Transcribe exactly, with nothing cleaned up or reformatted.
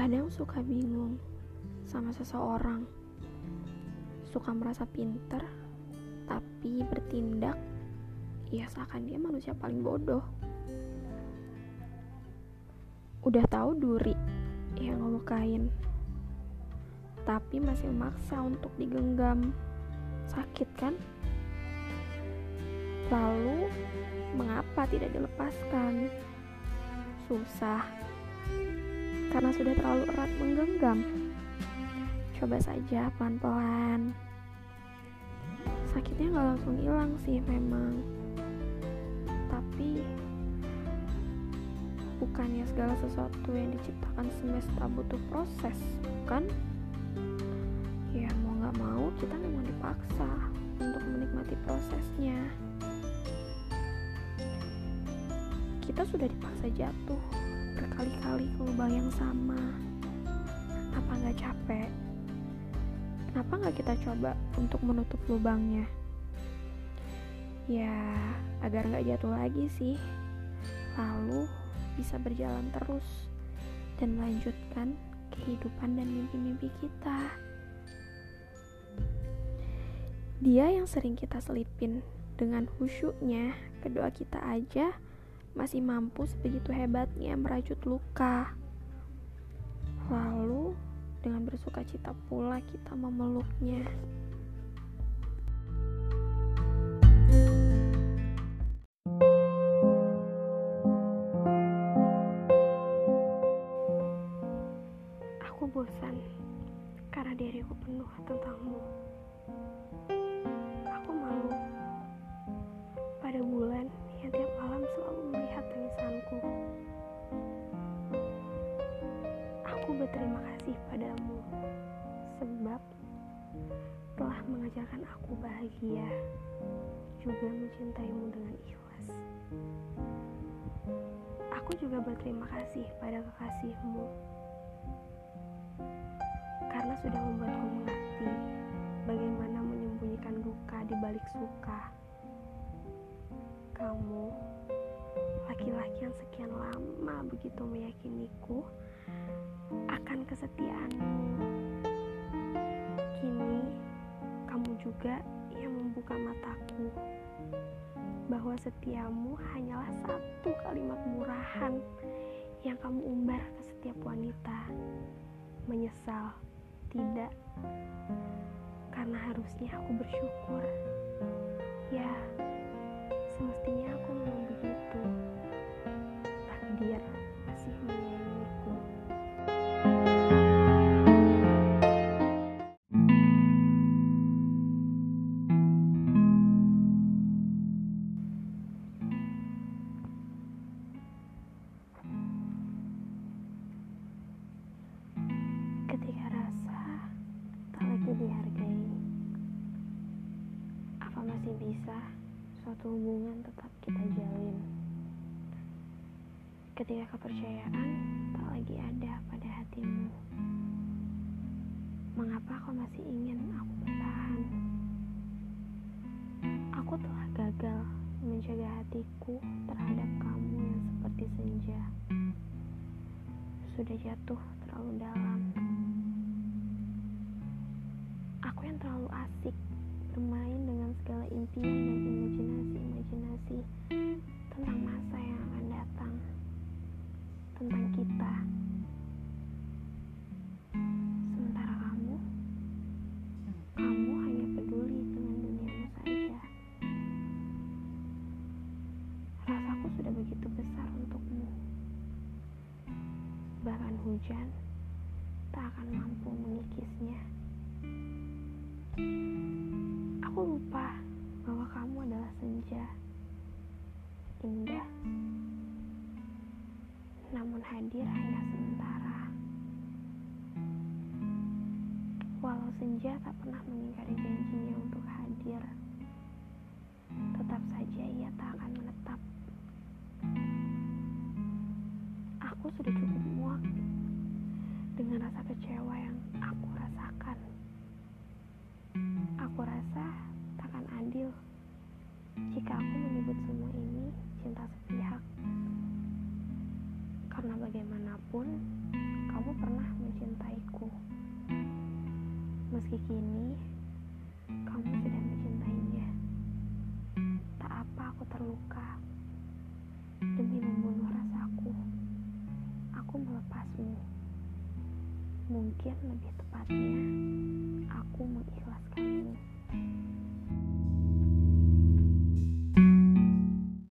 Kadang suka bingung sama seseorang, suka merasa pinter, tapi bertindak ya seakan dia manusia paling bodoh. Udah tahu duri yang ngelukain, tapi masih memaksa untuk digenggam. Sakit kan? Lalu mengapa tidak dilepaskan? Susah, karena sudah terlalu erat menggenggam. Coba saja pelan-pelan. Sakitnya gak langsung hilang sih memang, tapi bukannya segala sesuatu yang diciptakan semesta butuh proses, kan? Ya mau gak mau kita memang dipaksa untuk menikmati prosesnya. Kita sudah dipaksa jatuh berkali-kali ke lubang yang sama. Apa gak capek? Kenapa gak kita coba untuk menutup lubangnya? Ya agar gak jatuh lagi sih, lalu bisa berjalan terus dan melanjutkan kehidupan dan mimpi-mimpi kita. Dia yang sering kita selipin dengan khusyuknya ke doa kita aja masih mampu sebegitu hebatnya merajut luka. Lalu dengan bersukacita pula kita memeluknya. Aku bosan karena diriku penuh tentangmu. Aku malu pada bulan yang tiap malam selalu melihat tangisanku. Aku berterima kasih padamu sebab telah mengajarkan aku bahagia, juga mencintaimu dengan ikhlas. Aku juga berterima kasih pada kekasihmu karena sudah membuatku mengerti bagaimana menyembunyikan duka di balik suka. Kamu, laki-laki yang sekian lama begitu meyakiniku akan kesetiaanmu. Kini, kamu juga yang membuka mataku bahwa setiamu hanyalah satu kalimat murahan yang kamu umbar ke setiap wanita. Menyesal? Tidak, karena harusnya aku bersyukur. Ya, semestinya aku memang begitu. Takdir masih menyayangiku. Ketika rasa tak lagi dihargai, apa masih bisa suatu hubungan tetap kita jalin? Ketika kepercayaan tak lagi ada pada hatimu, mengapa kau masih ingin aku bertahan? Aku telah gagal menjaga hatiku terhadap kamu yang seperti senja, sudah jatuh terlalu dalam. Aku yang terlalu asik bermain dengan segala impian dan imajinasi-imajinasi tentang masa yang akan datang, tentang kita. Sementara kamu, kamu hanya peduli dengan duniamu saja. Rasaku sudah begitu besar untukmu. Bahkan hujan tak akan mampu mengikisnya. Aku lupa bahwa kamu adalah senja, indah, namun hadir hanya sementara. Walau senja tak pernah mengingkari janjinya untuk hadir, tetap saja ia tak akan menetap. Aku sudah cukup muak dengan rasa kecewa yang aku rasakan. Aku rasa takkan adil jika aku menyebut semua ini cinta sepihak. Karena bagaimanapun, kamu pernah Meski kini kamu sudah mencintainya, tak apa aku terluka. Demi membunuh rasaku, aku melepasmu. Mungkin lebih tepatnya, aku mengikhlaskanmu.